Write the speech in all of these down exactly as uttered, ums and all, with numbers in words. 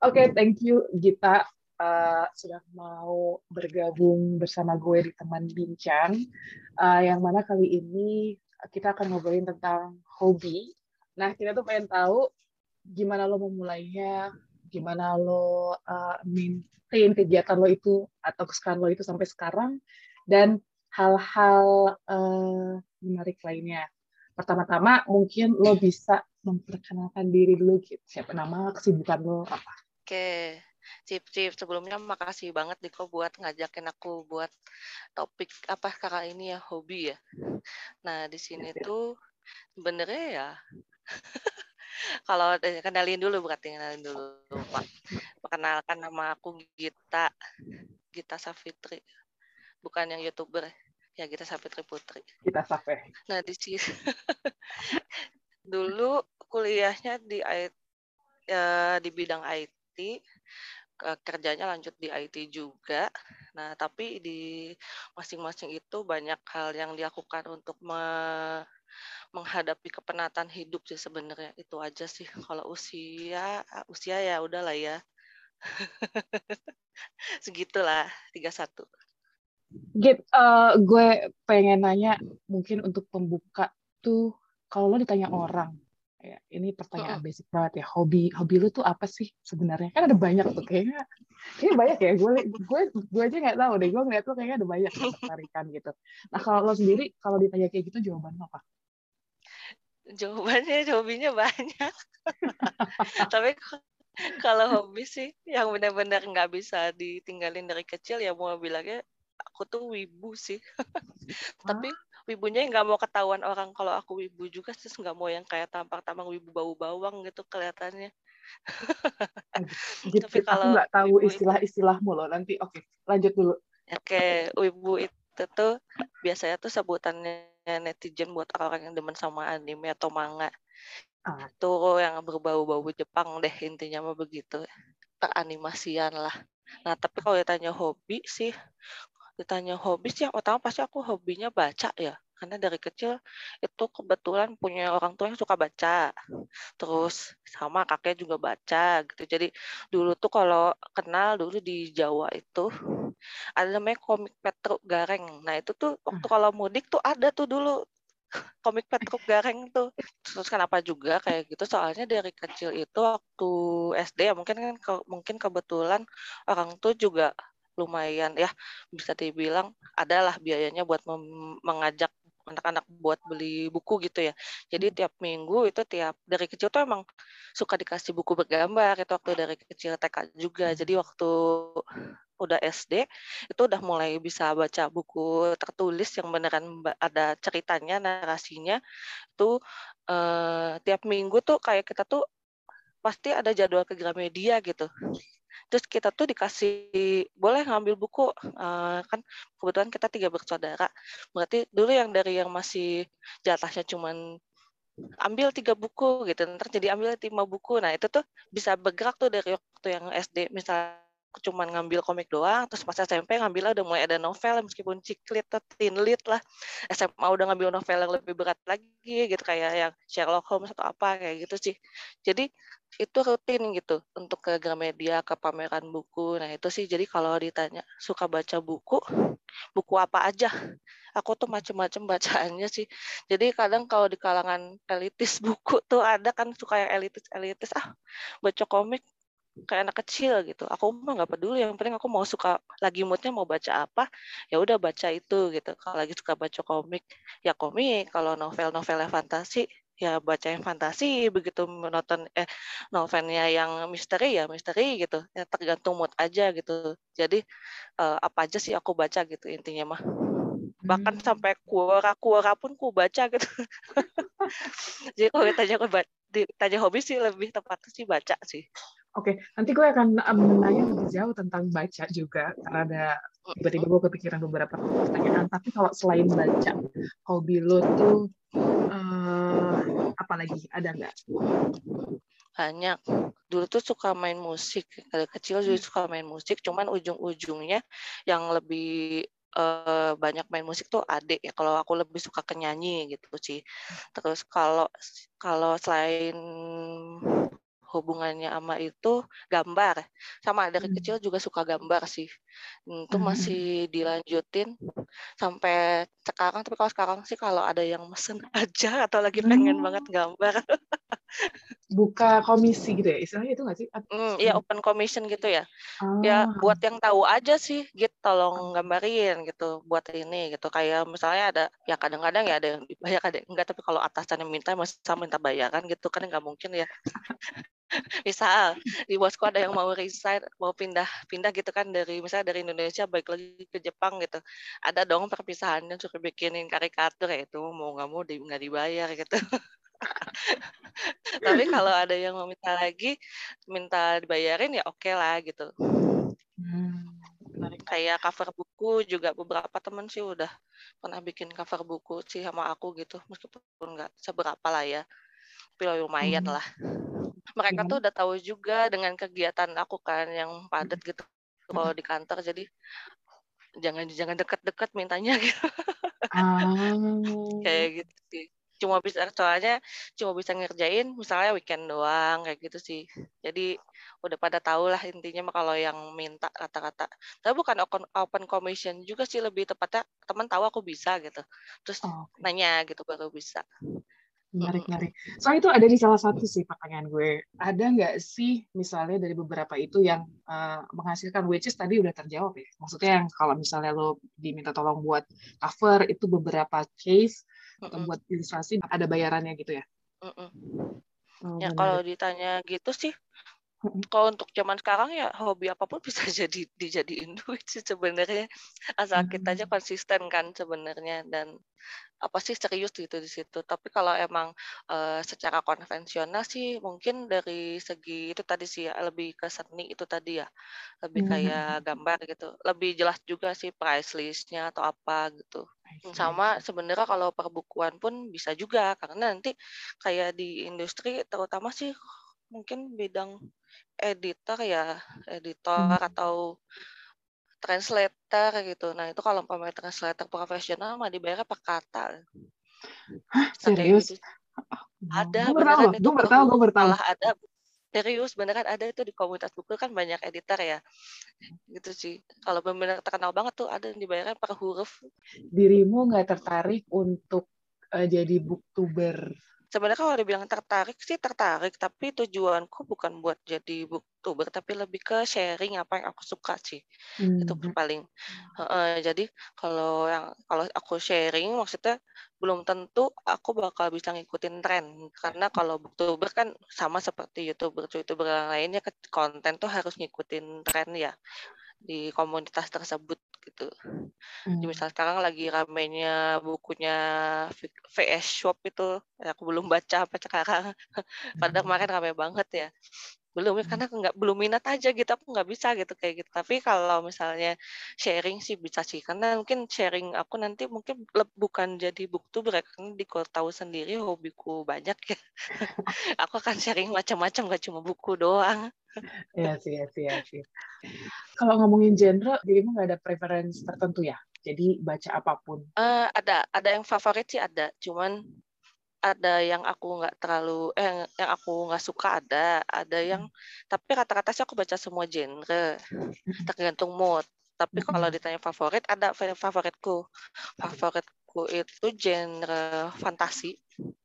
Oke, thank you Gita uh, sudah mau bergabung bersama gue di teman bincang. Uh, yang mana kali ini kita akan ngobrolin tentang hobi. Nah, kita tuh pengen tahu gimana lo memulainya, gimana lo uh, maintain kegiatan lo itu atau kesukaan lo itu sampai sekarang, dan hal-hal uh, menarik lainnya. Pertama-tama mungkin lo bisa memperkenalkan diri dulu gitu. Siapa nama, kesibukan lo apa? Oke, Cip-Cip. Sebelumnya makasih banget Diko buat ngajakin aku buat topik apa kakak ini ya, hobi ya. Nah, di sini tuh sebenarnya ya, kalau eh, kenalin dulu berarti kenalin dulu, Pak. Perkenalkan nama aku Gita, Gita Safitri. Bukan yang YouTuber ya, Gita Safitri Putri. Kita sampai. Nah, di sini dulu kuliahnya di ya, di bidang I T, kerjanya lanjut di I T juga. Nah, tapi di masing-masing itu banyak hal yang dilakukan untuk me- menghadapi kepenatan hidup sih sebenarnya. Itu aja sih. Kalau usia, usia ya udahlah ya. Segitulah, tiga puluh satu. Git, uh, gue pengen nanya mungkin untuk pembuka tuh kalau lo ditanya orang, ya ini pertanyaan basic banget ya, hobi hobi lu tuh apa sih sebenarnya? Kan ada banyak tuh kayaknya, kayaknya banyak ya. Gue gue gue aja nggak tahu deh. Gue ngeliat tuh kayaknya ada banyak ketertarikan gitu. Nah kalau lo sendiri kalau ditanya kayak gitu jawaban lo apa? Jawabannya, hobinya banyak. Tapi kalau hobi sih yang benar-benar nggak bisa ditinggalin dari kecil ya mau bilangnya aku tuh wibu sih. Tapi wibunya nggak mau ketahuan orang kalau aku wibu juga, terus nggak mau yang kayak tampang-tampang wibu bau bawang gitu kelihatannya. Git, Tapi Git, aku kalau nggak tahu wibu itu, istilah-istilahmu loh. Nanti oke, lanjut dulu. oke, wibu itu tuh biasanya tuh sebutannya netizen buat orang yang demen sama anime atau manga. Ah, Tuh yang berbau-bau Jepang deh, intinya mah begitu. Peranimasian lah. Nah, tapi kalau ditanya hobi sih, ditanya hobi sih yang utama pasti aku hobinya baca ya. Karena dari kecil itu kebetulan punya orang tua yang suka baca. Terus sama kakek juga baca gitu. Jadi dulu tuh kalau kenal dulu di Jawa itu ada namanya komik Petruk Gareng. Nah itu tuh waktu kalau mudik tuh ada tuh dulu komik Petruk Gareng tuh. Terus kenapa juga kayak gitu? Soalnya dari kecil itu waktu S D ya mungkin kan ke, mungkin kebetulan orang tuh juga lumayan ya bisa dibilang adalah biayanya buat mem- mengajak anak-anak buat beli buku gitu ya. Jadi tiap minggu itu tiap dari kecil tuh emang suka dikasih buku bergambar itu waktu dari kecil T K juga. Jadi waktu udah S D itu udah mulai bisa baca buku tertulis yang beneran ada ceritanya, narasinya tuh eh, tiap minggu tuh kayak kita tuh pasti ada jadwal ke Gramedia gitu. Terus kita tuh dikasih boleh ngambil buku uh, kan kebetulan kita tiga bersaudara. Berarti dulu yang dari yang masih jatahnya cuman ambil tiga buku gitu, ntar jadi ambil lima buku. Nah itu tuh bisa bergerak tuh dari waktu yang S D misalnya aku cuma ngambil komik doang, terus pas S M P ngambilnya udah mulai ada novel meskipun ciklit atau teen lit lah. S M A udah ngambil novel yang lebih berat lagi gitu kayak yang Sherlock Holmes atau apa kayak gitu sih. Jadi itu rutin gitu untuk ke Gramedia, ke pameran buku. Nah itu sih jadi kalau ditanya suka baca buku, buku apa aja? Aku tuh macam-macam bacaannya sih. Jadi kadang kalau di kalangan elitis buku tuh ada kan suka yang elitis-elitis ah baca komik kayak anak kecil gitu. Aku mah nggak peduli, yang penting aku mau suka lagi moodnya mau baca apa, ya udah baca itu gitu. Kalau lagi suka baca komik, ya komik. Kalau novel-novelnya fantasi, ya baca yang fantasi. Begitu menonton eh novelnya yang misteri ya misteri gitu. Ya tergantung mood aja gitu. Jadi eh, apa aja sih aku baca gitu intinya mah. Bahkan sampai kuora kuora pun ku baca gitu. Jadi kalau ditanya ditanya hobi sih lebih tepatnya sih baca sih. Oke, nanti gue akan menanya lebih jauh tentang baca juga, karena ada tiba-tiba gue kepikiran beberapa pertanyaan. Tapi kalau selain baca, hobi lo tuh uh, apa lagi? Ada nggak? Banyak. Dulu tuh suka main musik. Dari kecil juga suka main musik, cuman ujung-ujungnya yang lebih uh, banyak main musik tuh adik ya. Kalau aku lebih suka ke nyanyi gitu sih. Terus kalau kalau selain hubungannya sama itu gambar. Sama dari Hmm. kecil juga suka gambar sih. Hmm, Itu Hmm. masih dilanjutin sampai sekarang. Tapi kalau sekarang sih kalau ada yang mesen aja atau lagi pengen banget Oh, gambar, buka komisi gitu ya, istilahnya itu nggak sih? hmm, ya open commission gitu ya. Ya Ah, buat yang tahu aja sih, gitu tolong gambarin gitu buat ini gitu. Kayak misalnya ada ya kadang-kadang ya ada yang dibayar ada yang enggak, tapi kalau atasan yang minta masa minta bayaran gitu kan nggak mungkin ya. Misal di bosku ada yang mau resign, mau pindah pindah gitu kan dari misalnya dari Indonesia balik lagi ke Jepang gitu. Ada dong perpisahannya suruh bikinin karikatur ya itu mau nggak mau di, nggak dibayar gitu. Tapi kalau ada yang mau minta lagi, minta dibayarin ya oke lah gitu. hmm, menarik, menarik. Kayak cover buku juga beberapa temen sih udah pernah bikin cover buku sih sama aku gitu, meskipun nggak seberapa lah ya, tapi lumayan Hmm, lah. Mereka gimana? tuh udah tahu juga dengan kegiatan aku kan yang padat gitu kalau di kantor, jadi jangan jangan dekat-dekat mintanya gitu. Ah, Kayak gitu sih. Cuma bisa soalnya cuma bisa ngerjain misalnya weekend doang kayak gitu sih. Jadi udah pada tahu lah intinya mah kalau yang minta kata-kata. Tapi bukan open, open commission juga sih, lebih tepatnya teman tahu aku bisa gitu. Terus oh, oke. nanya gitu baru bisa. Menarik, Mm-mm. menarik. Soalnya itu ada di salah satu sih pertanyaan gue. Ada nggak sih misalnya dari beberapa itu yang uh, menghasilkan, which is tadi udah terjawab ya. Maksudnya yang kalau misalnya lo diminta tolong buat cover itu beberapa case atau Mm-mm. buat ilustrasi ada bayarannya gitu ya. Mm-mm. Oh, Ya kalau menarik. ditanya gitu sih, kalau untuk zaman sekarang ya hobi apapun bisa jadi dijadiin duit sih sebenarnya, asal kita aja Hmm. konsisten kan sebenarnya dan apa sih serius gitu di situ. Tapi kalau emang uh, secara konvensional sih mungkin dari segi itu tadi sih ya, lebih ke seni itu tadi ya, lebih Hmm. kayak gambar gitu, lebih jelas juga sih price list-nya atau apa gitu. I see, I Sama see. sebenarnya kalau perbukuan pun bisa juga karena nanti kayak di industri terutama sih mungkin bidang editor ya, editor Hmm. atau translator gitu. Nah itu kalau pemain translator profesional mah dibayar per kata. Hah, Bisa kayak serius? gitu. Oh, Ada gue baru tahu beneran loh, itu gue baru per tahu, gue huruf, baru tahu. malah ada serius beneran ada itu di komunitas buku kan banyak editor ya. Gitu sih. Kalau benar-benar terkenal banget tuh ada yang dibayarnya per huruf. Dirimu nggak tertarik untuk uh, jadi booktuber? Sebenarnya kalau dibilang tertarik sih tertarik, tapi tujuanku bukan buat jadi booktuber, tapi lebih ke sharing apa yang aku suka sih. Itu Hmm. paling. Heeh, jadi kalau yang kalau aku sharing maksudnya belum tentu aku bakal bisa ngikutin tren. Karena kalau booktuber kan sama seperti YouTuber-YouTuber yang lainnya, konten tuh harus ngikutin tren ya di komunitas tersebut gitu. Jadi Hmm. misal sekarang lagi ramenya bukunya V S Shop itu, ya aku belum baca sampai sekarang. Padahal kemarin rame banget ya. Belum ya, karena nggak belum minat aja gitu, aku nggak bisa gitu kayak gitu. Tapi kalau misalnya sharing sih bisa sih, karena mungkin sharing aku nanti mungkin le- bukan jadi booktuber ya, karena di kau tahu sendiri hobiku banyak ya. Aku akan sharing macam-macam, gak cuma buku doang. Ya sih, ya sih, ya sih. Kalau ngomongin genre, dirimu nggak ada preference tertentu ya? Jadi baca apapun. Eh, ada ada yang favorit sih ada, cuman ada yang aku nggak terlalu eh yang, yang aku nggak suka ada ada yang tapi rata-rata sih aku baca semua genre tergantung mood. Tapi kalau ditanya favorit ada fa- favoritku favoritku itu genre fantasi,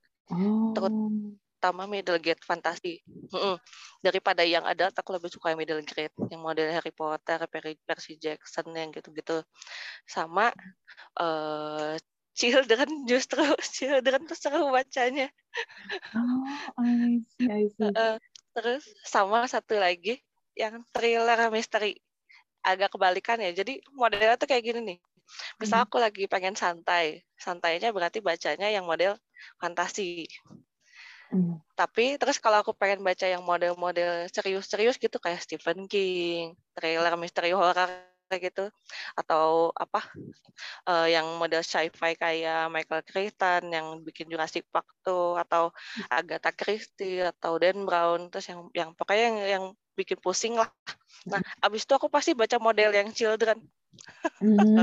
Oh, terutama middle grade fantasi. Mm-mm. Daripada yang ada aku lebih suka yang middle grade yang model Harry Potter, Percy Percy Jackson yang gitu-gitu. Sama eh Children, justru Children tuh seru bacanya. oh, I see, I see. Heeh. Terus sama satu lagi yang thriller misteri. Agak kebalikan ya. Jadi modelnya tuh kayak gini nih. Misal aku lagi pengen santai. Santainya berarti bacanya yang model fantasi. Hmm. Tapi terus kalau aku pengen baca yang model-model serius-serius gitu kayak Stephen King, thriller misteri horror kayak gitu, atau apa uh, yang model sci-fi kayak Michael Crichton yang bikin Jurassic Park tuh, atau Agatha Christie atau Dan Brown, terus yang yang pokoknya yang, yang bikin pusing lah. Nah, abis itu aku pasti baca model yang children. Hmm.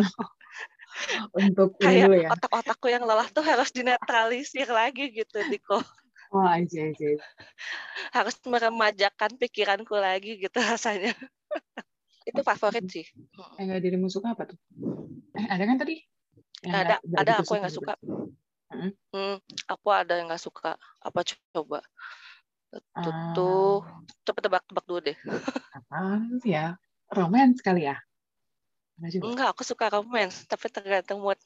Untuk ini Kayak dulu ya. otak-otakku yang lelah tuh harus dinetralisir lagi gitu, Diko. Oh, I see, I see. Harus meremajakan pikiranku lagi gitu rasanya. Itu favorit Hmm. sih. Eh, nggak dirimu suka apa tuh? Eh, ada kan tadi yang nggak Ada nggak ada gitu aku yang suka nggak gitu. suka. Hmm. Hmm, aku ada yang nggak suka. Apa coba? Itu tuh Ah, coba tebak-tebak dulu deh. apaan sih ya? Romance kali ya? Nggak juga. Enggak, aku suka romance, tapi tergantung mood.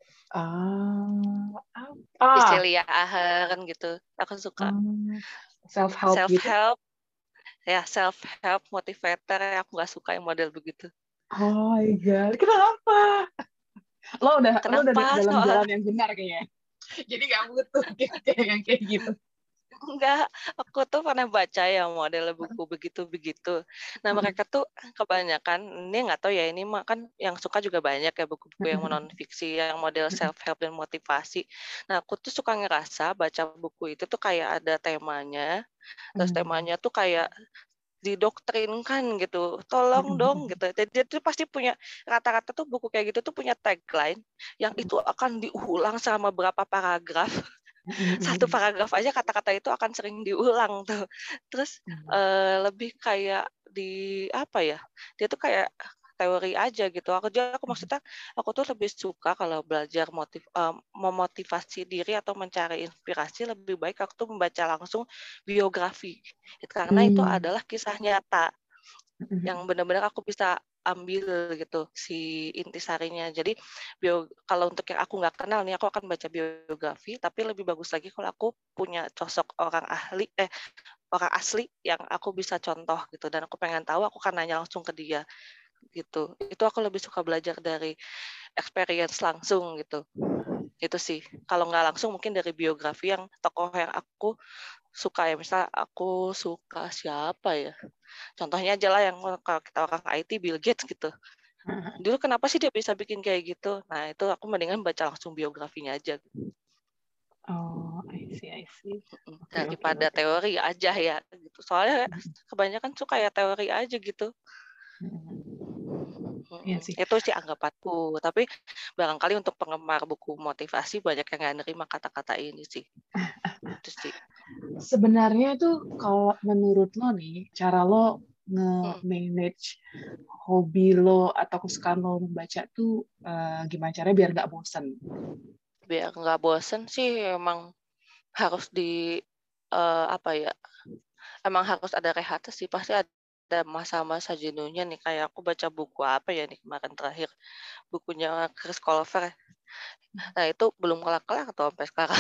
Ah, apa? Cecilia Ahern gitu. Aku suka Ah, self-help self gitu? help, ya self help motivator. Aku nggak suka yang model begitu. Oh my God, kenapa? Lo udah lo udah Kenapa? dalam Soal jalan yang benar kayaknya. Jadi nggak butuh kayak yang kayak gitu. enggak, aku tuh pernah baca ya model buku begitu-begitu. Nah, mereka tuh kebanyakan, ini nggak tahu ya, ini mah kan yang suka juga banyak ya buku-buku yang non fiksi, yang model self-help dan motivasi. Nah, aku tuh suka ngerasa baca buku itu tuh kayak ada temanya, terus temanya tuh kayak didoktrinkan gitu, tolong dong gitu. Jadi dia tuh pasti punya, rata-rata tuh buku kayak gitu tuh punya tagline yang itu akan diulang selama berapa paragraf. Satu paragraf aja kata-kata itu akan sering diulang tuh. Terus eh, lebih kayak di apa ya? Dia tuh kayak teori aja gitu. Aku jadi aku maksudnya aku tuh lebih suka kalau belajar motiv eh, memotivasi diri atau mencari inspirasi, lebih baik aku tuh membaca langsung biografi. Karena itu adalah kisah nyata yang benar-benar aku bisa ambil gitu si intisarinya. Jadi bio, kalau untuk yang aku nggak kenal nih, aku akan baca biografi, tapi lebih bagus lagi kalau aku punya sosok orang ahli, eh orang asli yang aku bisa contoh gitu, dan aku pengen tahu, aku kan nanya langsung ke dia gitu. Itu aku lebih suka belajar dari experience langsung gitu. Itu sih. Kalau nggak langsung mungkin dari biografi yang tokoh yang aku suka ya. Misal aku suka siapa ya? Contohnya aja lah yang kalau kita orang I T, Bill Gates gitu. Dulu kenapa sih dia bisa bikin kayak gitu? Nah, itu aku mendingan baca langsung biografinya aja. Oh, I see, I see. Oke, oke, Daripada oke. teori aja ya gitu. Soalnya kebanyakan suka ya teori aja gitu. Iya sih. Itu sih anggapanku. Tapi barangkali untuk penggemar buku motivasi banyak yang nggak nerima kata-kata ini sih. Itu sih. Sebenarnya itu kalau menurut lo nih, cara lo nge-manage hobi lo atau kesukaan lo membaca tuh eh, gimana caranya biar nggak bosen? Biar nggak bosen sih emang harus di eh, apa ya? Emang harus ada rehat sih, pasti ada masa-masa jenuhnya nih. Kayak aku baca buku apa ya nih kemarin terakhir, bukunya Chris Colfer. Nah itu belum kelar-kelar tuh sampai sekarang.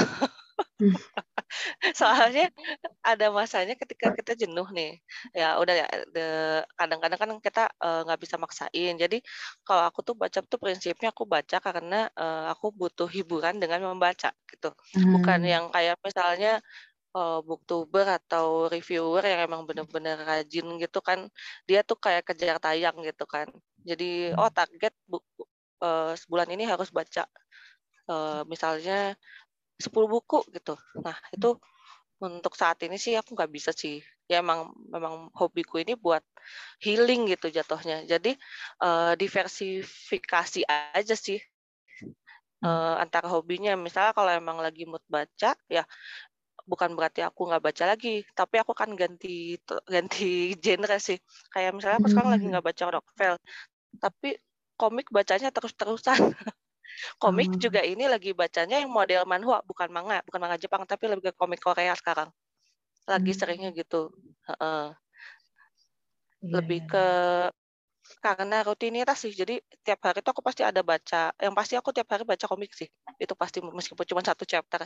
Soalnya ada masanya ketika kita jenuh nih, ya udah ya. de- Kadang-kadang kan kita eh, nggak bisa maksain. Jadi kalau aku tuh baca tuh prinsipnya aku baca karena eh, aku butuh hiburan dengan membaca gitu. Bukan Hmm. yang kayak misalnya eh, booktuber atau reviewer yang emang bener-bener rajin gitu kan, dia tuh kayak kejar tayang gitu kan. Jadi oh target buku eh, sebulan ini harus baca eh, misalnya sepuluh buku gitu. Nah itu untuk saat ini sih aku nggak bisa sih. Ya emang memang hobiku ini buat healing gitu jatuhnya. Jadi eh, diversifikasi aja sih eh, antara hobinya. Misalnya kalau emang lagi mood baca, ya bukan berarti aku nggak baca lagi, tapi aku akan ganti ganti genre sih. Kayak misalnya aku sekarang lagi Hmm. nggak baca novel, tapi komik bacanya terus-terusan. Komik Oh, juga ini lagi bacanya yang model manhwa, bukan manga, bukan manga Jepang, tapi lebih ke komik Korea sekarang. Lagi seringnya hmm. gitu. Heeh. Iya, Lebih iya, ke iya. karena rutinitas sih. Jadi tiap hari itu aku pasti ada baca. Yang pasti aku tiap hari baca komik sih. Itu pasti meskipun cuma satu chapter.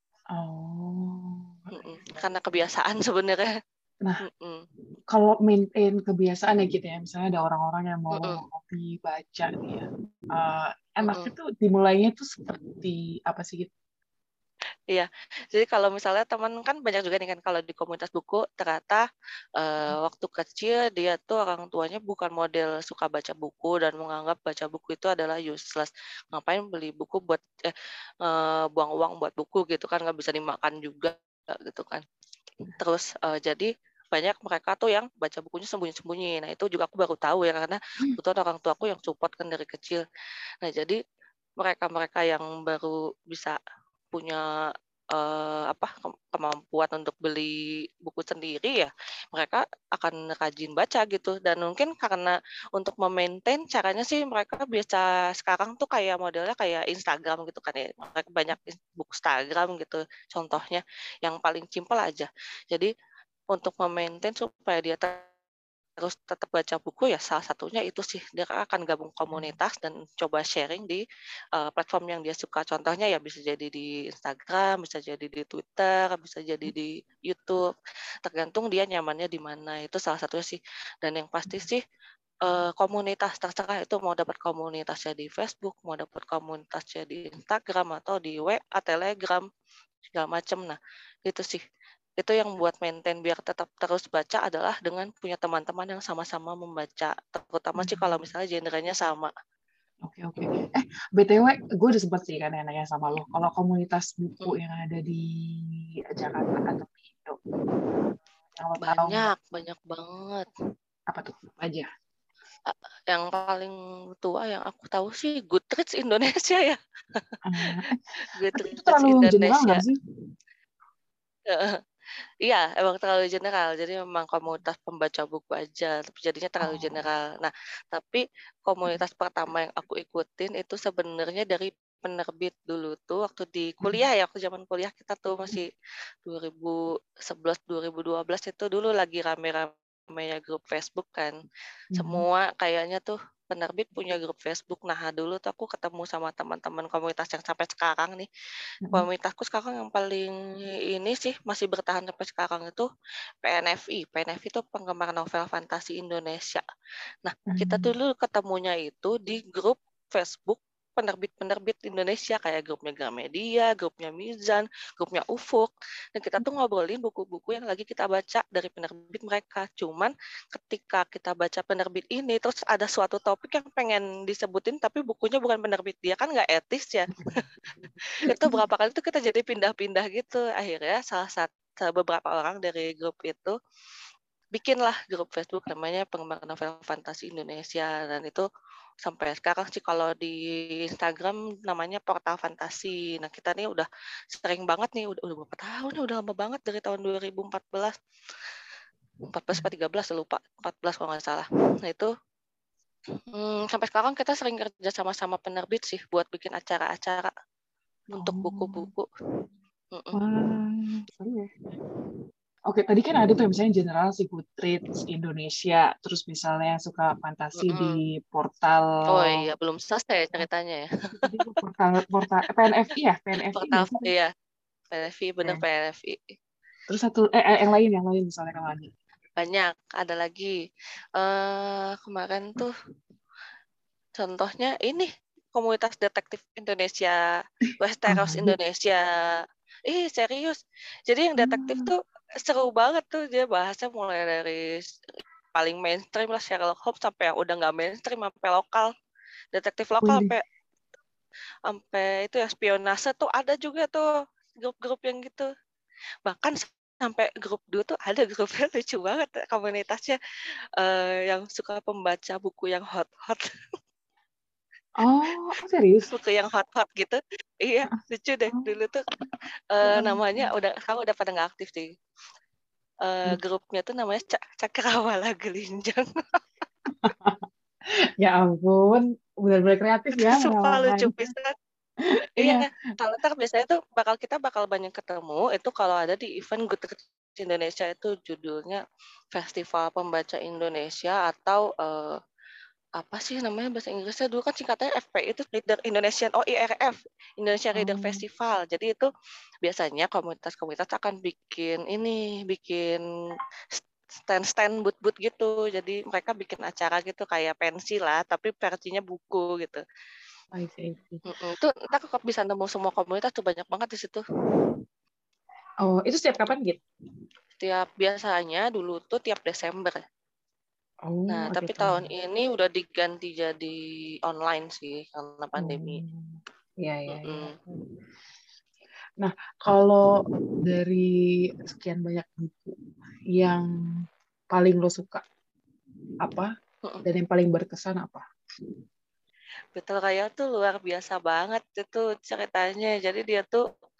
Oh. Mm-mm. Karena kebiasaan sebenarnya. Nah, Mm-mm. kalau maintain kebiasaan ya gitu ya, misalnya ada orang-orang yang mau Mm-mm. hobi baca nih ya, eh, enaknya Mm-mm. tuh dimulainya tuh seperti apa sih gitu? Iya, jadi kalau misalnya teman kan banyak juga nih kan kalau di komunitas buku ternyata eh, waktu kecil dia tuh orang tuanya bukan model suka baca buku dan menganggap baca buku itu adalah useless. Ngapain beli buku buat eh, eh, buang uang buat buku gitu kan, nggak bisa dimakan juga gitu kan. Terus eh, jadi banyak mereka tuh yang baca bukunya sembunyi-sembunyi. Nah itu juga aku baru tahu ya karena kebetulan orang tuaku yang support kan dari kecil. Nah jadi mereka-mereka yang baru bisa punya eh, apa ke- kemampuan untuk beli buku sendiri ya mereka akan rajin baca gitu dan mungkin karena untuk memaintain caranya sih mereka biasa sekarang tuh kayak modelnya kayak Instagram gitu kan ya mereka banyak ins- buku Instagram gitu contohnya yang paling simpel aja jadi untuk memaintain supaya dia terus tetap baca buku ya salah satunya itu sih dia akan gabung komunitas dan coba sharing di uh, platform yang dia suka contohnya ya bisa jadi di Instagram bisa jadi di Twitter bisa jadi di YouTube tergantung dia nyamannya di mana itu salah satunya sih dan yang pasti sih uh, komunitas terserah itu mau dapat komunitasnya di Facebook mau dapat komunitasnya di Instagram atau di W A Telegram segala macam nah itu sih itu yang buat maintain biar tetap terus baca adalah dengan punya teman-teman yang sama-sama membaca terutama sih kalau Hmm. misalnya genrenya sama. Oke, oke. Eh, B T W, gue udah sempet sih kan yang nanya sama lo. Kalau komunitas buku yang ada di Jakarta atau di Indo, yang lo tahu nggak? Banyak banyak banget. Apa tuh? Apa aja? Yang paling tua yang aku tahu sih Goodreads Indonesia ya. Eh, eh, tapi itu Goodreads terlalu general Indonesia. nggak sih? Iya, emang terlalu general. Jadi memang komunitas pembaca buku aja, tapi jadinya terlalu Oh. general. Nah, tapi komunitas pertama yang aku ikutin itu sebenarnya dari penerbit dulu tuh waktu di kuliah ya, waktu zaman kuliah kita tuh masih dua ribu sebelas dua ribu dua belas itu dulu lagi rame-ramenya grup Facebook kan. Semua kayaknya tuh penerbit punya grup Facebook. Nah, dulu tuh aku ketemu sama teman-teman komunitas yang sampai sekarang nih komunitasku sekarang yang paling ini sih masih bertahan sampai sekarang itu P N F I. P N F I itu penggemar novel fantasi Indonesia. Nah, kita dulu ketemunya itu di grup Facebook penerbit-penerbit Indonesia kayak grupnya Gramedia, grupnya Mizan, grupnya Ufuk. Dan kita tuh ngobrolin buku-buku yang lagi kita baca dari penerbit mereka. Cuman ketika kita baca penerbit ini, terus ada suatu topik yang pengen disebutin tapi bukunya bukan penerbit dia, kan nggak etis ya. Itu berapa kali tuh kita jadi pindah-pindah gitu. Akhirnya salah satu beberapa orang dari grup itu bikinlah grup Facebook namanya Penggemar Novel Fantasi Indonesia dan itu sampai sekarang sih kalau di Instagram namanya Portal Fantasi. Nah, kita nih udah sering banget nih udah, udah berapa tahun nih udah lama banget dari tahun dua ribu empat belas empat belas atau tiga belas lupa empat belas kalau nggak salah. Nah, itu hmm, sampai sekarang kita sering kerja sama-sama penerbit sih buat bikin acara-acara untuk Oh. buku-buku. Mm-mm. Wah, seru ya. Oke, tadi kan ada tuh yang misalnya general sih Goodreads Indonesia, terus misalnya yang suka fantasi di Mm-mm. portal Oh iya, belum selesai ceritanya ya. apa tadi tuh portal portal P N F I ya, P N F I Portal nggak sih? iya, P N F I bener Oke. P N F I. Terus satu eh, eh, yang lain yang lain misalnya kalau ada. Banyak, ada lagi. Eh kemarin tuh contohnya ini komunitas detektif Indonesia, Westeros Oh, ada. Indonesia. Ih, serius. Jadi yang detektif Hmm, tuh seru banget tuh dia bahasnya mulai dari paling mainstream lah Sherlock Holmes sampai yang udah nggak mainstream sampai lokal. Detektif lokal wih. sampai sampai itu ya spionase tuh ada juga tuh grup-grup yang gitu. Bahkan sampai grup dulu tuh ada grupnya lucu banget komunitasnya eh, yang suka pembaca buku yang hot-hot, Oh, oh, serius? buku yang hot-hot gitu. Iya, lucu deh. Oh, Dulu tuh eh, oh, namanya udah kamu udah pada nggak aktif sih. Eh, oh. grupnya tuh namanya Cak Cakrawala Gelinjang. Ya ampun, benar-benar kreatif ya Sumpah lucu menamakannya. pisan. Iya, Iya. kalau ntar biasanya tuh bakal kita bakal banyak ketemu itu kalau ada di event Goodreads Indonesia itu judulnya Festival Pembaca Indonesia atau eh, apa sih namanya bahasa Inggrisnya dulu kan singkatannya F P itu Reader Indonesian oh I R F Indonesia Reader Oh, Festival. Jadi itu biasanya komunitas-komunitas akan bikin ini bikin stand-stand booth-booth gitu. Jadi mereka bikin acara gitu kayak pensi lah tapi versinya buku gitu. I see, I see. Mm-mm. Itu kita kok bisa nemu semua komunitas tuh banyak banget di situ. Oh, itu setiap kapan gitu? Tiap biasanya dulu tuh tiap Desember. Nah, Oh, tapi akhir tahun tahun. ini udah diganti jadi online sih karena pandemi. Oh, ya, ya, ya. Mm-mm. Nah, kalau dari sekian banyak buku yang paling lo suka apa dan yang paling berkesan apa? Betul kayak tuh luar biasa banget itu ceritanya. Jadi dia tuh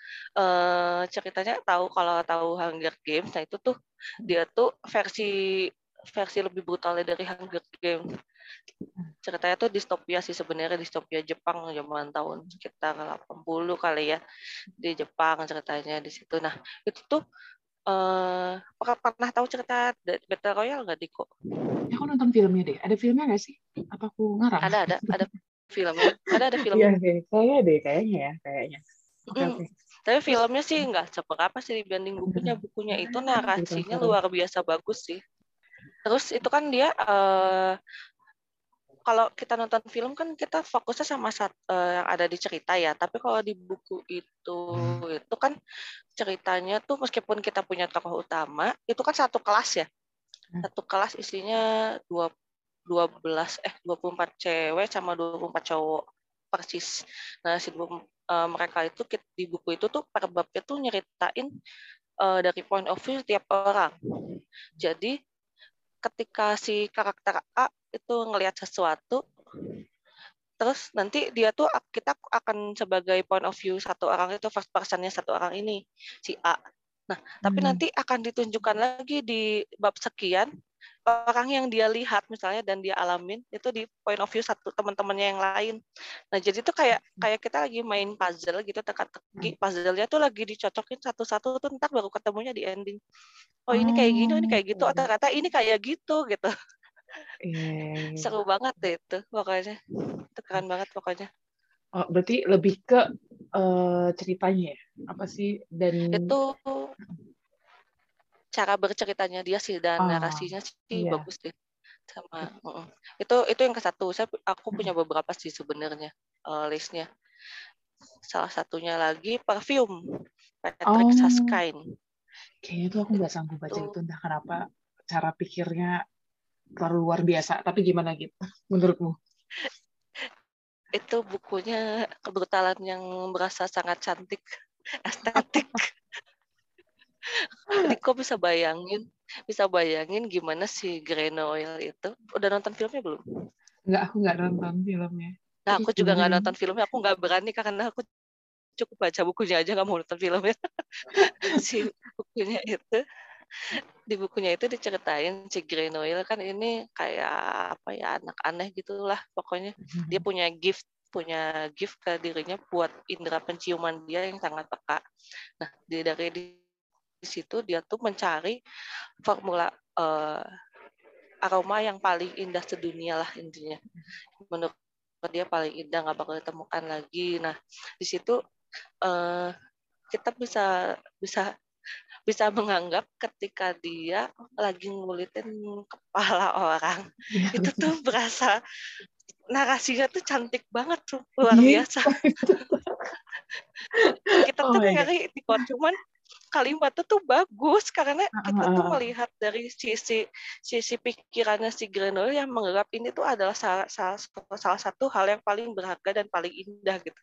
uh, ceritanya tahu kalau tahu Hunger Games, nah itu tuh dia tuh versi versi lebih brutalnya dari Hunger Games. Ceritanya tuh distopia sih sebenarnya, distopia Jepang zaman tahun sekitar delapan puluh kali ya, di Jepang ceritanya di situ. Nah itu tuh uh, pernah tahu cerita Battle Royale nggak, Diko? Ya, aku nonton filmnya deh. Ada filmnya nggak sih? Apa aku ngarang? Ada, ada, ada filmnya. Ada, ada Iya, filmnya. kayaknya deh, kayaknya ya, kayaknya. Oke, Mm. oke. Tapi Terus, filmnya sih nggak seberapa sih dibanding bukunya. Bukunya itu narasinya seru. luar biasa bagus sih. Terus itu kan dia, uh, kalau kita nonton film kan kita fokusnya sama sat, uh, yang ada di cerita ya. Tapi kalau di buku itu, itu kan ceritanya tuh meskipun kita punya tokoh utama, itu kan satu kelas ya. Satu kelas isinya dua dua belas eh dua puluh empat cewek sama dua puluh empat cowok persis. Nah, si dua, uh, mereka itu di buku itu tuh per babnya tuh nyeritain uh, dari point of view tiap orang. Jadi ketika si karakter A itu ngelihat sesuatu, terus nanti dia tuh kita akan sebagai point of view satu orang itu, first personnya satu orang ini, si A. Nah, tapi Hmm. nanti akan ditunjukkan lagi di bab sekian orang yang dia lihat misalnya dan dia alamin itu di point of view satu teman-temannya yang lain. Nah, jadi tuh kayak kayak kita lagi main puzzle gitu, teka-teki, puzzle-nya tuh lagi dicocokin satu-satu tuh ntar baru ketemunya di ending. Oh, ini kayak gini, oh, ini kayak gitu, oh, ternyata ini kayak gitu gitu. Yeah. Seru banget deh itu pokoknya. Itu keren banget pokoknya. Oh, berarti lebih ke uh, ceritanya ya? Apa sih? Dan Itu cara berceritanya dia sih dan oh, narasinya sih iya. bagus deh. Sama uh-uh. itu itu yang ke satu. Saya aku punya beberapa sih sebenarnya uh, listnya. Salah satunya lagi Perfume, Patrick Oh, Susskind. kayaknya tuh aku nggak sanggup baca Itu itu, entah kenapa cara pikirnya terlalu luar biasa. Tapi gimana gitu menurutmu? itu bukunya kebrutalan yang berasa sangat cantik, estetik. Diko bisa bayangin, bisa bayangin gimana si Grenoble itu. Udah nonton filmnya belum? Nggak, aku nggak nonton filmnya. Nah, Terus aku juga gimana nggak gimana? nonton filmnya. Aku nggak berani karena aku cukup baca bukunya aja, nggak mau nonton filmnya. Si bukunya itu, di bukunya itu diceritain si Grenoble kan ini kayak apa ya, anak aneh gitulah pokoknya. Dia punya gift punya gift ke dirinya buat indera penciuman dia yang sangat peka. Nah, di, dari di, di situ dia tuh mencari formula uh, aroma yang paling indah sedunia lah intinya. Menurut dia paling indah, nggak bakal ditemukan lagi. Nah, di situ uh, kita bisa bisa bisa menganggap ketika dia lagi ngulitin kepala orang, Iya, itu betul. tuh berasa narasinya tuh cantik banget tuh, luar Iya. biasa. Kita Oh tuh my God. ngeri, cuman kalimatnya tuh bagus karena Ah, kita ah, tuh ah. melihat dari sisi sisi pikirannya si Grenoble yang menganggap ini tuh adalah salah, salah, salah satu hal yang paling berharga dan paling indah gitu.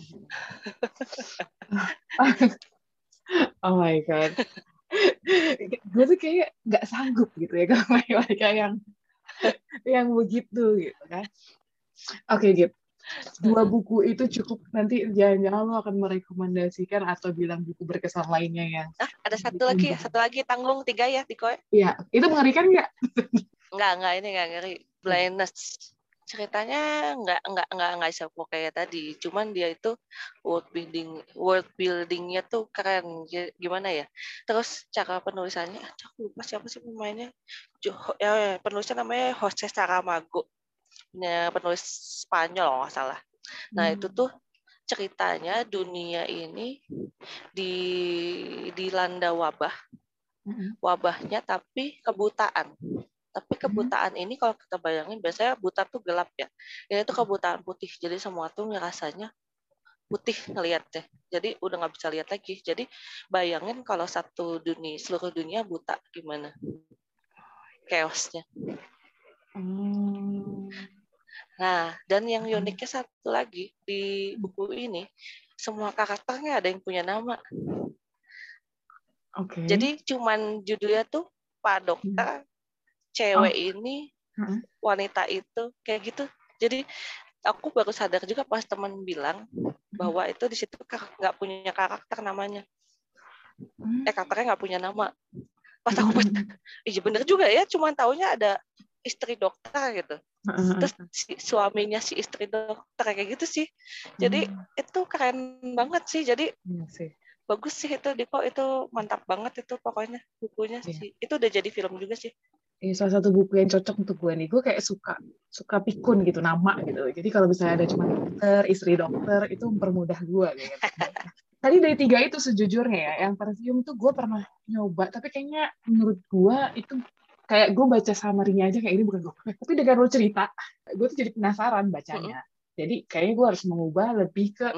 Oh my God. Gue tuh kayak nggak sanggup gitu ya kalau mereka yang yang begitu gitu kan. Oke, Gip. Dua buku itu cukup, nanti jangan-jangan lo akan merekomendasikan atau bilang buku berkesan lainnya yang Ah, ada satu bikin lagi ya, juga. satu lagi tanggung tiga ya, Tiko. Iya, itu mengerikan nggak? Enggak, enggak, ini enggak ngeri. Iya. Blindness. Ceritanya enggak enggak enggak enggak sepo kayak tadi. Cuman dia itu world building world buildingnya tuh keren. Gimana ya? Terus cara penulisannya, aku lupa siapa sih pemainnya. Jo, ya, ya, penulisnya namanya Jose Saramago. Punya penulis Spanyol kalau nggak salah. Nah, itu Hmm. tuh ceritanya dunia ini di dilanda wabah. Wabahnya tapi kebutaan. Tapi kebutaan ini kalau kita bayangin biasanya buta tuh gelap ya. Ini tuh kebutaan putih. Jadi semua tuh ngerasanya putih ngelihatnya. Jadi udah nggak bisa lihat lagi. Jadi bayangin kalau satu dunia, seluruh dunia buta gimana? Chaosnya. Hmm. Nah, dan yang uniknya satu lagi di buku ini, semua karakternya ada yang punya nama. Oke. Jadi cuman judulnya tuh Pak Dokter, Oh. cewek ini, wanita itu, kayak gitu. Jadi aku baru sadar juga pas teman bilang bahwa itu di situ nggak punya karakter namanya. Eh karakternya nggak punya nama. Pas aku baca, iya bener juga ya, cuma taunya ada istri dokter gitu. Terus si, suaminya si istri dokter kayak gitu sih. Jadi hmm. itu keren banget sih. Jadi iya sih. Bagus sih itu Diko, itu mantap banget itu pokoknya bukunya iya. sih. Itu udah jadi film juga sih. Ini salah satu buku yang cocok untuk gue nih. Gue kayak suka suka pikun gitu nama gitu. Jadi kalau misalnya ada cuma dokter, istri dokter itu mempermudah gue kayak gitu. Tadi dari tiga itu sejujurnya ya, yang Perfume tuh gue pernah nyoba, tapi kayaknya menurut gue itu kayak gue baca summary-nya aja kayak ini bukan gue. Tapi dengan lo cerita, gue tuh jadi penasaran bacanya. Jadi kayaknya gue harus mengubah lebih ke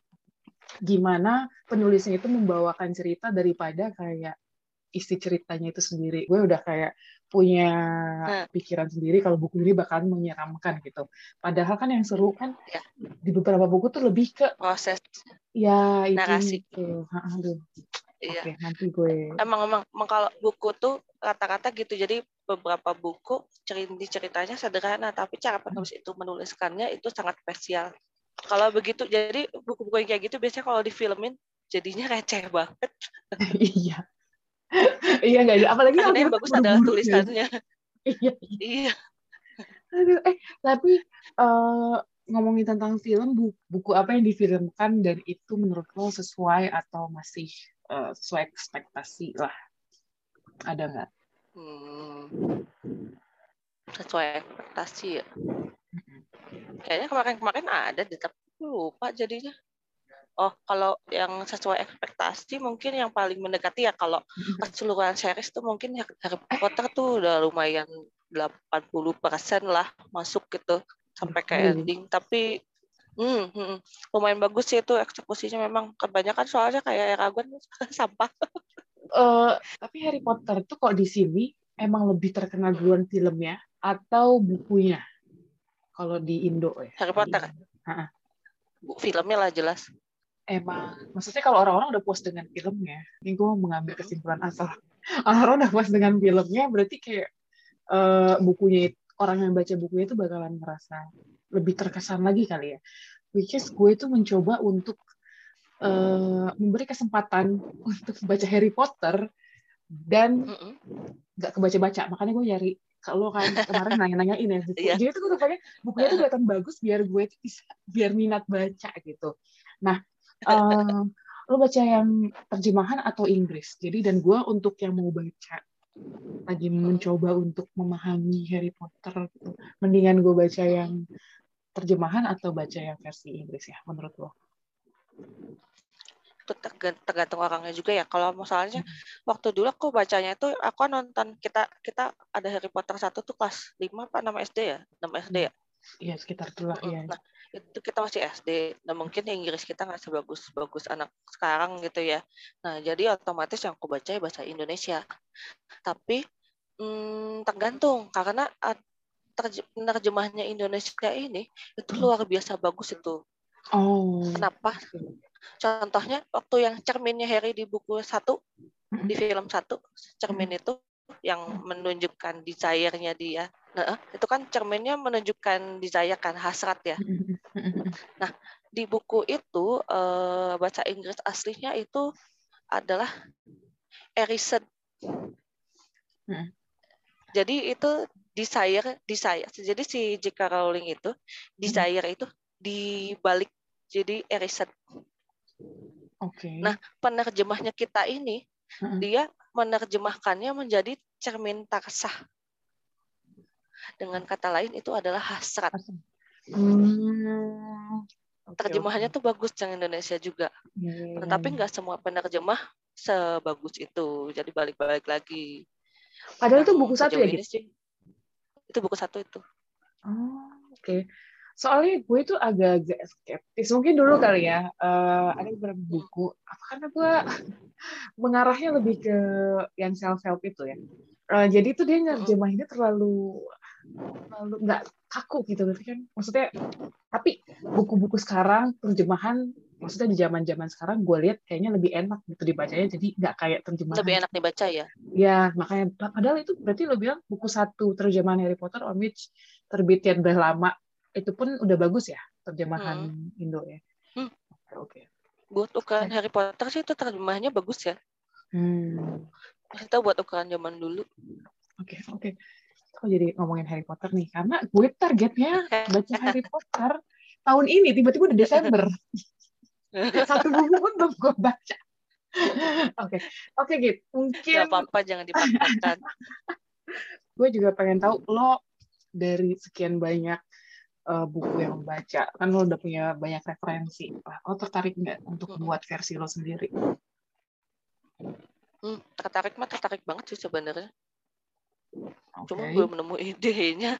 gimana penulisnya itu membawakan cerita daripada kayak isi ceritanya itu sendiri. Gue udah kayak punya pikiran sendiri kalau buku ini bakalan menyeramkan gitu. Padahal kan yang seru kan ya. Di beberapa buku tuh lebih ke proses ya itu narasi. Gitu. Aduh. Iya. Oke, nanti gue. Emang emang, emang kalau buku tuh rata-rata gitu. Jadi beberapa buku ceritanya sederhana, tapi cara penulis itu menuliskannya itu sangat spesial. Kalau begitu, jadi buku-buku yang kayak gitu biasanya kalau difilmin jadinya receh banget. Iya. Iya nggak sih, apalagi karena yang bagus adalah tulisannya. Iya. Iya. Aduh, eh tapi uh, ngomongin tentang film, buku, buku apa yang difilmkan dan itu menurut lo sesuai atau masih uh, sesuai ekspektasi lah? Ada nggak? Hmm. Sesuai ekspektasi ya. Kayaknya kemarin-kemarin ada, tapi lupa jadinya. Oh, kalau yang sesuai ekspektasi mungkin yang paling mendekati ya kalau keseluruhan series tuh mungkin Harry Potter tuh udah lumayan delapan puluh persen lah masuk gitu sampai ke ending. Tapi hmm, hmm, lumayan bagus sih itu eksekusinya, memang kebanyakan soalnya kayak Eragon sampah. Uh, tapi Harry Potter tuh kok di sini emang lebih terkenal duluan filmnya atau bukunya? Kalau di Indo ya. Harry Potter. Filmnya lah jelas. Emang, maksudnya kalau orang-orang udah puas dengan filmnya, ini gue mengambil kesimpulan asal. Orang-orang udah puas dengan filmnya, berarti kayak uh, bukunya, orang yang baca bukunya itu bakalan merasa lebih terkesan lagi kali ya. Which is gue itu mencoba untuk uh, memberi kesempatan untuk baca Harry Potter dan nggak kebaca-baca. Makanya gue nyari, kalau kan kemarin nanya-nanyain ya buku. Jadi tuh gue tuh pengen bukunya tuh kelihatan bagus biar gue tuh bisa, biar minat baca gitu. Nah, uh, lo baca yang terjemahan atau Inggris? Jadi dan gue untuk yang mau baca lagi mencoba untuk memahami Harry Potter gitu. Mendingan gue baca yang terjemahan atau baca yang versi Inggris ya menurut lo? Itu tergantung orangnya juga ya. Kalau misalnya hmm. waktu dulu aku bacanya itu aku nonton, kita kita ada Harry Potter satu tuh kelas lima apa enam S D ya? enam S D ya? Iya, sekitar itulah ya. Nah, itu kita masih S D. Nah, mungkin Inggris kita nggak sebagus-bagus anak sekarang gitu ya. Nah, jadi otomatis yang aku baca ya bahasa Indonesia. Tapi hmm, tergantung, karena penerjemahnya Indonesia ini itu luar biasa bagus itu. Oh. Kenapa? Contohnya waktu yang cerminnya Harry di buku satu, di film satu, cermin itu yang menunjukkan desire-nya dia. Nah, itu kan cerminnya menunjukkan desire kan, hasrat ya. Nah, di buku itu eh, bahasa Inggris aslinya itu adalah Erison. Hmm. Jadi itu desire, desire. Jadi si J K Rowling itu desire itu dibalik jadi Erison. Oke. Okay. Nah, penerjemahnya kita ini uh-uh. dia menerjemahkannya menjadi cermin taksah. Dengan kata lain itu adalah hasrat. Hmm. Okay, Terjemahannya okay. tuh bagus yang Indonesia juga. Yeah, yeah, Tapi nggak yeah. semua penerjemah sebagus itu. Jadi balik-balik lagi. Padahal itu buku satu ya, gitu? Sih, itu buku satu itu. Oh, oke. Okay. Soalnya gue itu agak-agak skeptis. Mungkin dulu kali ya, uh, ada beberapa buku. Apa karena gue mengarahnya lebih ke yang self-help itu ya. Uh, jadi itu dia nerjemahinnya terlalu terlalu nggak kaku gitu kan. Maksudnya, tapi buku-buku sekarang terjemahan, maksudnya di zaman-zaman sekarang gue lihat kayaknya lebih enak gitu dibacanya. Jadi nggak kayak terjemahan. Lebih enak dibaca ya? Ya, makanya padahal itu berarti lo bilang buku satu terjemahan Harry Potter on which terbitnya udah lama. itu pun udah bagus ya terjemahan Hmm. Indo ya. Hmm. Oke. Buat ukuran Harry Potter sih itu terjemahannya bagus ya. Hmm. Kita buat ukuran zaman dulu. Oke, oke. Kok jadi ngomongin Harry Potter nih? Karena gue targetnya baca Harry Potter tahun ini, tiba-tiba udah Desember. Satu buku pun belum gue baca. Oke, oke Git. Mungkin Gak apa-apa, jangan dipaksakan. gue juga pengen tahu lo dari sekian banyak uh, buku yang lo baca, kan lo udah punya banyak referensi. Lo tertarik nggak untuk buat versi lo sendiri? Hmm, tertarik mah tertarik banget sih sebenarnya. Okay. Cuma belum nemu idenya.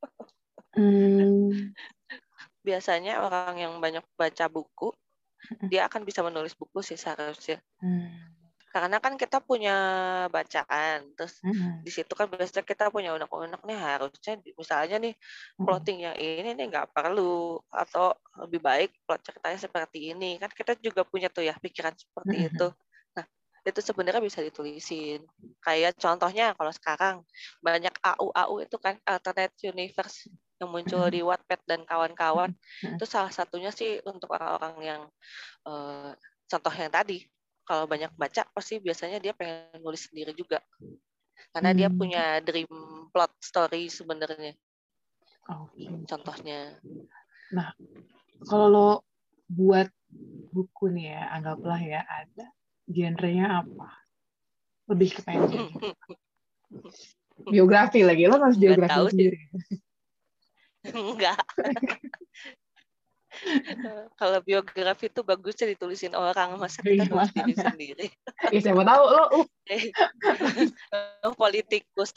Hmm. Biasanya orang yang banyak baca buku, dia akan bisa menulis buku sih seharusnya. Hmm. Karena kan kita punya bacaan, terus hmm. di situ kan biasanya kita punya unek-unek nih, harusnya misalnya nih plotting yang ini nih nggak perlu, atau lebih baik plot ceritanya seperti ini. Kan kita juga punya tuh ya pikiran seperti hmm. itu. Nah, itu sebenarnya bisa ditulisin. Kayak contohnya kalau sekarang banyak A U A U itu kan alternate universe yang muncul di Wattpad dan kawan-kawan. Itu salah satunya sih untuk orang-orang yang uh, contoh yang tadi. Kalau banyak baca, pasti biasanya dia pengen nulis sendiri juga. Karena hmm. dia punya dream plot story sebenarnya. Okay. Contohnya. Nah, kalau lo buat buku nih ya, anggaplah ya, ada genrenya apa? Lebih ke pendek. Biografi lagi, lo harus biografi lo sendiri. Enggak. Kalau biografi itu bagusnya ditulisin orang, masa kita nulis diri sendiri. Ya siapa tahu lo lo politikus.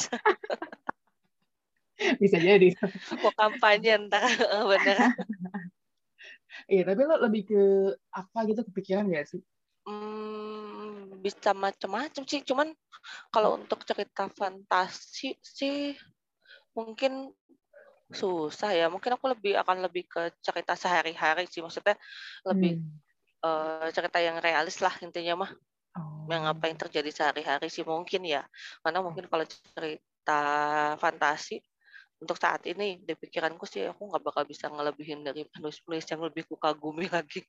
Bisa jadi. Mau kampanye ntar beneran. Iya, tapi lo lebih ke apa gitu, kepikiran nggak sih? Hmm, bisa macam-macam sih. Cuman kalau untuk cerita fantasi sih mungkin susah ya. Mungkin aku lebih akan lebih ke cerita sehari-hari sih. Maksudnya lebih hmm. uh, cerita yang realis lah intinya mah. Oh. Yang apa yang terjadi sehari-hari sih mungkin ya. Karena mungkin kalau cerita fantasi untuk saat ini di pikiranku sih aku nggak bakal bisa ngelebihin dari penulis-penulis yang lebih kukagumi lagi.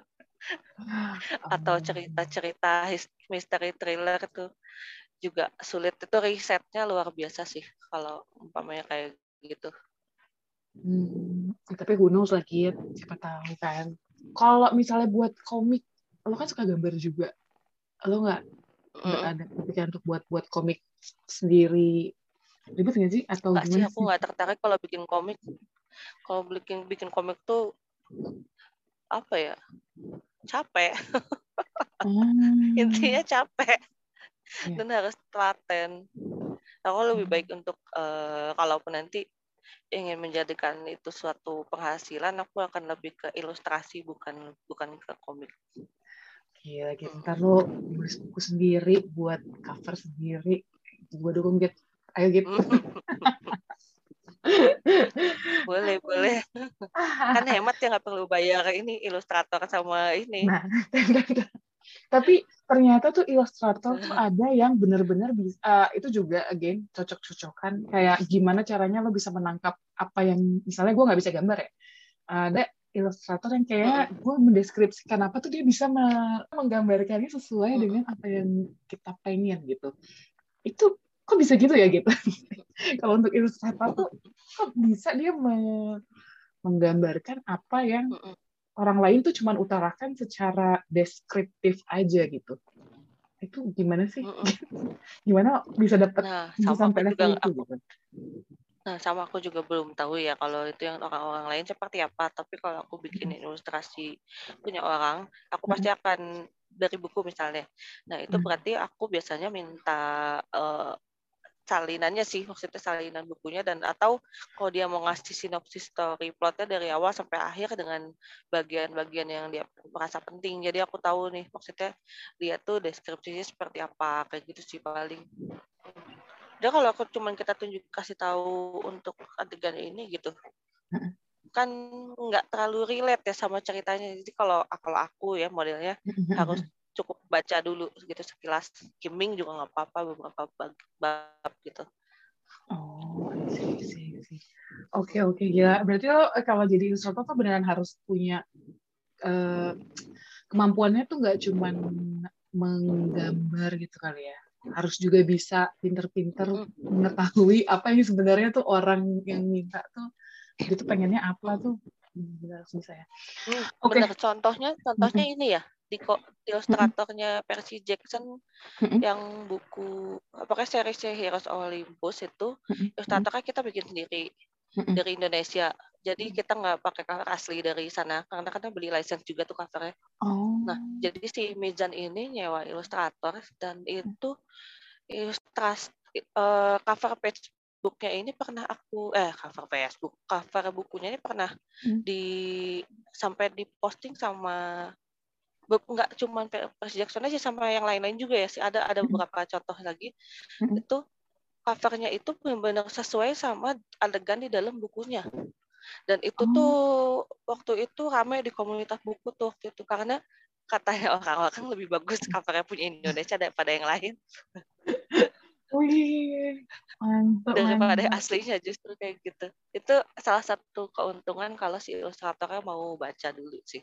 Atau cerita-cerita misteri thriller itu juga sulit. Itu risetnya luar biasa sih kalau umpamanya kayak gitu. Hmm, tapi who knows lagi, siapa tahu kan. Kalau misalnya buat komik, lo kan suka gambar juga. Lo nggak nggak mm. ada kepikiran untuk buat buat komik sendiri? Ribet nggak sih? Atau nggak gimana sih? Aku nggak tertarik kalau bikin komik. Kalau bikin bikin komik tuh apa ya? Capek. Hmm. Intinya capek. Yeah. Dan harus telaten. Aku lebih baik untuk uh, kalaupun nanti ingin menjadikan itu suatu penghasilan, aku akan lebih ke ilustrasi bukan bukan ke komik. Gila, gitu. Ntar lo nulis buku sendiri, buat cover sendiri, gue dukung gitu. Ayo gitu. Boleh, boleh. Kan hemat ya, nggak perlu bayar ini ilustrator sama ini. Nah, tapi ternyata tuh ilustrator tuh ada yang benar-benar bisa, uh, itu juga again cocok-cocokan. Kayak gimana caranya lo bisa menangkap apa yang, misalnya gue nggak bisa gambar ya. Ada ilustrator yang kayak gue mendeskripsikan apa tuh dia bisa menggambarkannya sesuai dengan apa yang kita pengen gitu. Itu kok bisa gitu ya gitu. Kalau untuk ilustrator tuh kok bisa dia menggambarkan apa yang orang lain tuh cuma utarakan secara deskriptif aja gitu. Itu gimana sih? Gimana bisa dapat nah, bisa sampai level itu aku, gitu? Nah, sama aku juga belum tahu ya kalau itu yang orang-orang lain seperti apa. Tapi kalau aku bikin ilustrasi punya orang, aku pasti akan dari buku misalnya. Nah, itu berarti aku biasanya minta uh, salinannya sih, maksudnya salinan bukunya, dan atau kalau dia mau ngasih sinopsis story plotnya dari awal sampai akhir dengan bagian-bagian yang dia merasa penting. Jadi aku tahu nih, maksudnya dia tuh deskripsinya seperti apa, kayak gitu sih paling. Udah kalau aku cuma kita tunjuk kasih tahu untuk adegan ini gitu, kan nggak terlalu relate ya sama ceritanya. Jadi kalau kalau aku ya modelnya harus cukup baca dulu gitu sekilas, skimming juga nggak apa-apa beberapa bab, bab gitu. Oh, sih sih sih. Oke, oke, gila. Berarti lo eh, kalau jadi ilustrator tuh beneran harus punya eh, kemampuannya tuh nggak cuman menggambar gitu kali ya. Harus juga bisa pinter-pinter Mm-mm. mengetahui apa yang sebenarnya tuh orang yang minta tuh dia tuh pengennya apa Mm-mm. tuh. Benar harus bisa ya. Hmm, Oke. bener. Contohnya, contohnya Mm-mm, ini ya, di ko- mm-mm, ilustratornya Percy Jackson mm-mm, yang buku, apakah seriesnya Heroes of Olympus itu, mm-mm, mm-mm, ilustratornya kita bikin sendiri mm-mm, dari Indonesia. Jadi kita nggak pakai cover asli dari sana, karena kan beli license juga tuh covernya. oh. Nah, jadi si Mizan ini nyewa ilustrator dan itu ilustras eh, cover Facebook-nya ini pernah aku eh cover Facebook, cover bukunya ini pernah Mm, di sampai diposting sama be- nggak cuma Percy Jackson aja, sama yang lain-lain juga ya sih, ada ada mm-mm, beberapa contoh lagi mm-mm. itu covernya itu benar-benar sesuai sama adegan di dalam bukunya. Dan itu tuh Oh. waktu itu ramai di komunitas buku tuh waktu itu, karena katanya orang-orang lebih bagus covernya punya Indonesia daripada yang lain, Wih, mantap, daripada yang mantap. aslinya, justru kayak gitu. Itu salah satu keuntungan kalau si ilustratornya mau baca dulu sih.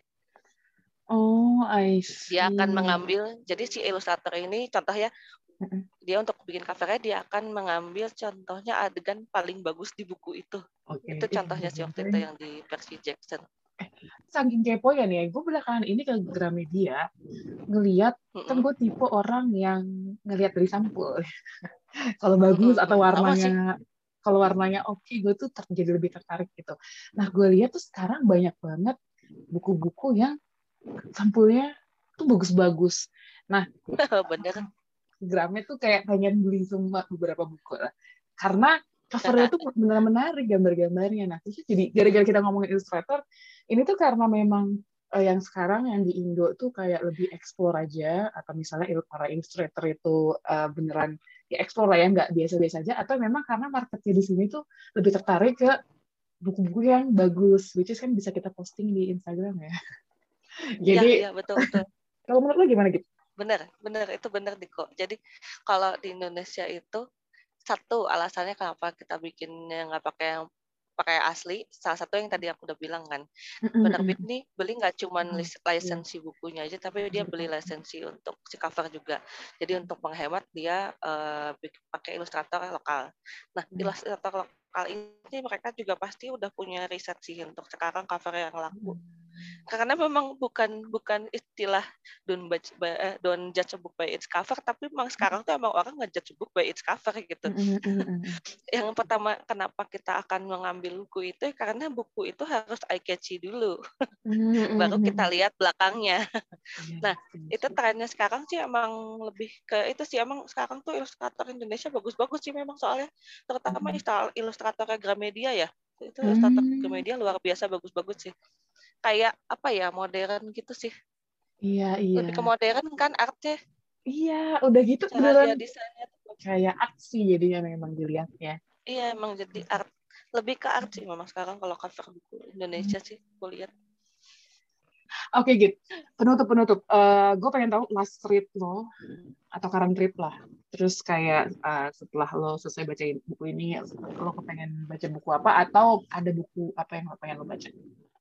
Oh, I Dia akan see. mengambil, jadi si ilustrator ini contoh ya, Mm-mm. dia untuk bikin covernya dia akan mengambil contohnya adegan paling bagus di buku itu. Oke, Itu ih, contohnya sih waktu itu bener-bener. yang di Percy Jackson. Saking kepo ya nih, gue belakangan ini ke Gramedia ngeliat, kan Mm-mm. gue tipe orang yang ngelihat dari sampul. Kalau bagus atau Mm-mm. Sama sih. warnanya, kalau warnanya oke, gue tuh ter- jadi lebih tertarik gitu. Nah, gue lihat tuh sekarang banyak banget buku-buku yang sampulnya tuh bagus-bagus. Nah, Bener. Gramnya tuh kayak pengen beli semua beberapa buku lah. Karena covernya tuh benar menarik gambar-gambarnya. Nah, terus jadi gara-gara kita ngomongin ilustrator, ini tuh karena memang eh, yang sekarang yang di Indo tuh kayak lebih explore aja, atau misalnya il- para illustrator itu eh, beneran ya explore lah ya, nggak biasa-biasa aja, atau memang karena marketnya di sini tuh lebih tertarik ke buku-buku yang bagus, which is kan bisa kita posting di Instagram ya. Iya, Jadi iya, betul, betul. kalau menurut lo gimana gitu? Bener, bener. Itu bener nih kok. Jadi kalau di Indonesia itu, satu alasannya kenapa kita bikinnya nggak pakai yang pakai asli, salah satu yang tadi aku udah bilang kan, penerbit nih beli nggak cuma Oh, iya, lisensi bukunya aja, tapi dia beli betul. lisensi untuk si cover juga. Jadi untuk menghemat dia uh, pakai ilustrator lokal. Nah, ilustrator lokal ini mereka juga pasti udah punya riset sih untuk sekarang cover yang laku. Karena memang bukan bukan istilah don't judge by, eh, don't judge a book by its cover, tapi memang sekarang tuh emang orang nge-judge book by its cover gitu. Yang pertama kenapa kita akan mengambil buku itu karena buku itu harus eye catchy dulu. Baru kita lihat belakangnya. Nah, itu trennya sekarang sih emang lebih ke itu sih, emang sekarang tuh ilustrator Indonesia bagus-bagus sih memang, soalnya terutama ilustratornya Gramedia ya. Itu ilustrator Gramedia luar biasa bagus-bagus sih. Kayak apa ya, modern gitu sih. Iya, iya. Lebih ke modern kan artnya. Iya, udah gitu Cara beneran dia desainnya tuh. kayak aksi jadinya memang dilihatnya. Iya, emang jadi art. Lebih ke art sih memang sekarang kalau cover buku Indonesia sih, aku lihat. Oke, gitu. Penutup, penutup. Eh gue pengen tahu last read lo, atau current read lah. Terus kayak eh, setelah lo selesai baca buku ini, lo kepengen baca buku apa? Atau ada buku apa yang lo pengen lo baca?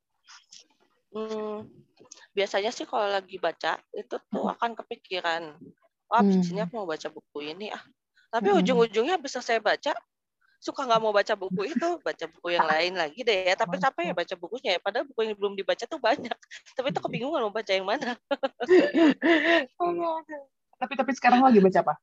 Hmm, biasanya sih kalau lagi baca, itu tuh akan kepikiran, oh, abis ini Hmm. aku mau baca buku ini ah. Tapi Hmm. ujung-ujungnya habis selesai baca, suka nggak mau baca buku itu, baca buku yang lain lagi deh ya. Tapi capek ya baca bukunya ya, padahal buku yang belum dibaca tuh banyak. Tapi itu kebingungan mau baca yang mana. Tapi tapi sekarang lo lagi baca apa?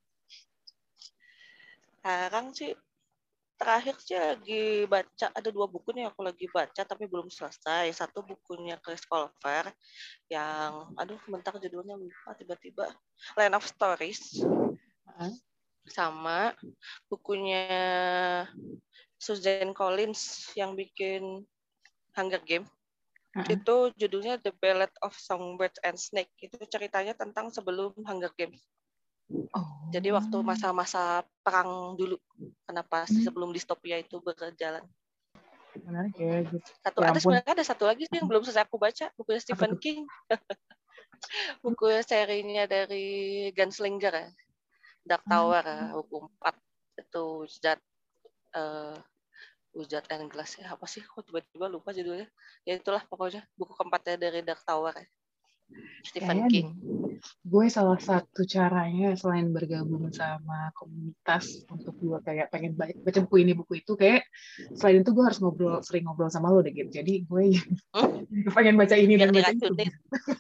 Sekarang sih terakhir sih lagi baca, ada dua buku nih aku lagi baca tapi belum selesai. Satu bukunya Chris Colfer yang, aduh bentar judulnya lupa tiba-tiba, Land of Stories. Hah? Sama bukunya Suzanne Collins yang bikin Hunger Games. Hah? Itu judulnya The Ballad of Songbirds and Snake. Itu ceritanya tentang sebelum Hunger Games. Jadi Oh. waktu masa-masa perang dulu, kenapa Hmm. sebelum distopia itu berjalan. Menarik ya, gitu. Satu Ya ada ampun. sebenarnya ada satu lagi sih yang belum selesai aku baca, buku Apa Stephen tuh? King. Buku serinya dari Gunslinger ya. Dark Tower, buku empat itu zat uh, Ujat and Glass ya, apa sih? Kok tiba-tiba lupa judulnya? Ya itulah pokoknya buku keempatnya dari Dark Tower. Stephen Kayaknya nih, King. gue salah satu caranya selain bergabung sama komunitas untuk gue kayak pengen ba- baca buku ini buku itu, kayak selain itu gue harus ngobrol, sering ngobrol sama lo deh gitu. Jadi gue Hmm? pengen baca ini Biar dan baca itu. diracunin.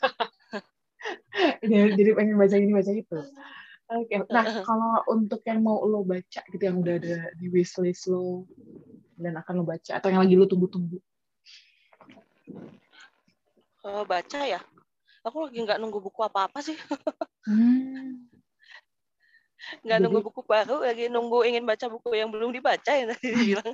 jadi, jadi pengen baca ini baca itu. Oke, nah kalau untuk yang mau lo baca gitu, yang udah ada di wishlist lo dan akan lo baca atau yang lagi lo tunggu-tunggu. Kalau baca ya, aku lagi nggak nunggu buku apa-apa sih. Hmm. Nggak Jadi, nunggu buku baru, lagi nunggu ingin baca buku yang belum dibaca yang tadi dibilang.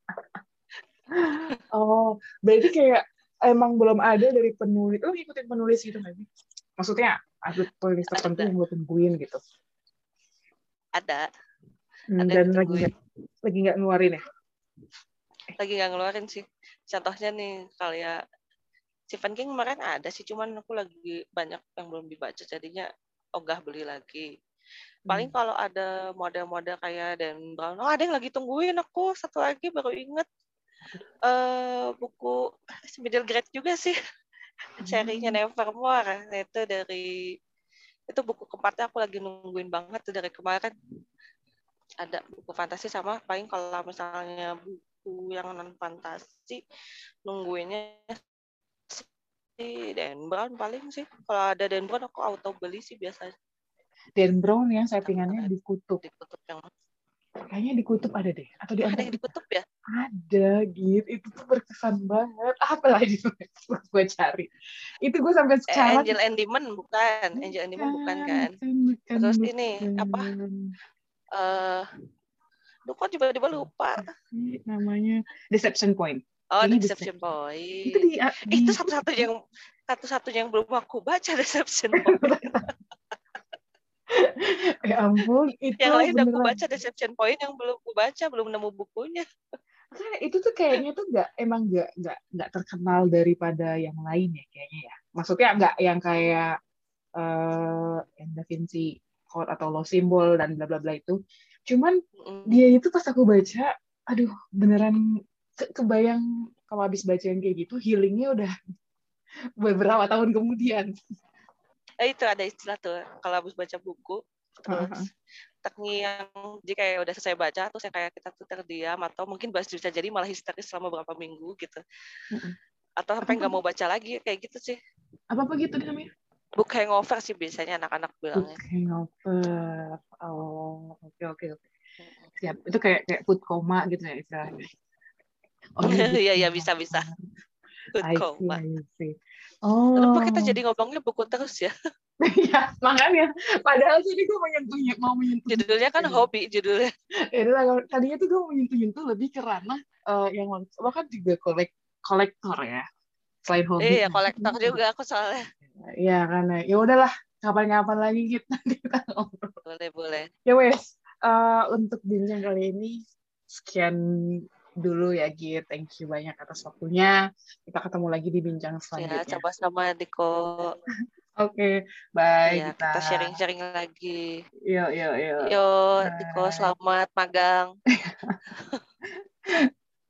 oh, berarti kayak emang belum ada dari penulis. Lo ngikutin penulis gitu nggak sih? Maksudnya ada penulis tertentu Ada, yang lo tungguin gitu. ada, Hmm, ada yang dan lagi ditungguin. nggak lagi nggak ngeluarin ya? Lagi nggak ngeluarin sih. Contohnya nih, kayak Stephen King kemarin ada sih, cuman aku lagi banyak yang belum dibaca, jadinya ogah beli lagi. Paling Hmm. kalau ada model-model kayak Dan Brown, oh ada yang lagi tungguin aku, satu lagi baru inget. Uh, buku middle grade juga sih, serinya Hmm. Nevermore. Itu dari, itu buku keempatnya aku lagi nungguin banget tuh dari kemarin. Ada buku fantasi sama, paling kalau misalnya buku yang non fantasi nungguinnya si Dan Brown paling sih. Kalau ada Dan Brown aku auto beli sih biasanya. Dan Brown yang Tapi settingannya di kutub. di kutub yang Kayaknya di kutub ada deh. Atau di ada yang di Antartika. kutub ya? Ada gitu. Itu tuh berkesan banget. Apa lagi gue cari. Itu gue sampai Eh, sekarang. Angel and Demon bukan, Bukan, Angel and Demon bukan kan? bukan, bukan, Terus ini apa? bukan. Eh, uh, kok tiba-tiba lupa. Namanya Deception Point. Oh, Ini Deception Deception. Point. Itu di, di Itu satu-satunya yang satu-satunya yang belum aku baca, Deception Point. Ya ampun, itu Yang lain aku beneran. baca, Deception Point yang belum aku baca, belum nemu bukunya. Itu tuh kayaknya tuh nggak emang nggak nggak nggak terkenal daripada yang lain ya kayaknya ya. Maksudnya nggak yang kayak uh, yang Da Vinci Code atau Lost Symbol dan bla bla bla itu. Cuman Mm. dia itu pas aku baca, aduh beneran ke kebayang kalau habis baca yang kayak gitu, healingnya udah beberapa tahun kemudian. Eh, itu ada istilah tuh, kalau habis baca buku, terus teknik yang jadi kayak udah selesai baca, terus yang kayak kita tuh terdiam, atau mungkin bisa jadi malah histeris selama beberapa minggu gitu. Atau sampai nggak mau baca lagi, kayak gitu sih. Apa-apa gitu namanya? Book hangover sih biasanya anak-anak bilangnya. Book hangover. Oh, oke oke oke. Siap. Itu kayak kayak food coma gitu ya istilahnya. Oh, iya iya bisa bisa. Food I see, coma. I see. Oh. Kenapa kita jadi ngomongnya buku terus ya? Iya, makanya. Padahal tadi gue menyentuh, mau menyentuh. Judulnya kan hobi judulnya. Ya, tadinya tuh gue menyentuh-nyentuh lebih ke ranah uh, yang lo kan juga kolek kolektor ya, selain hobi. Iya, kolektor juga aku soalnya. Iya karena ya udahlah, kapan-kapan lagi kita kita ngobrol. Boleh boleh. Ya wes, uh, untuk bincang kali ini sekian dulu ya Git. Thank you banyak atas waktunya. Kita ketemu lagi di bincang selanjutnya. Ya, sama-sama Diko. Oke, okay, bye Iya, kita. kita sharing-sharing lagi. Yuk, yuk, yuk. Yuk, Diko, selamat magang.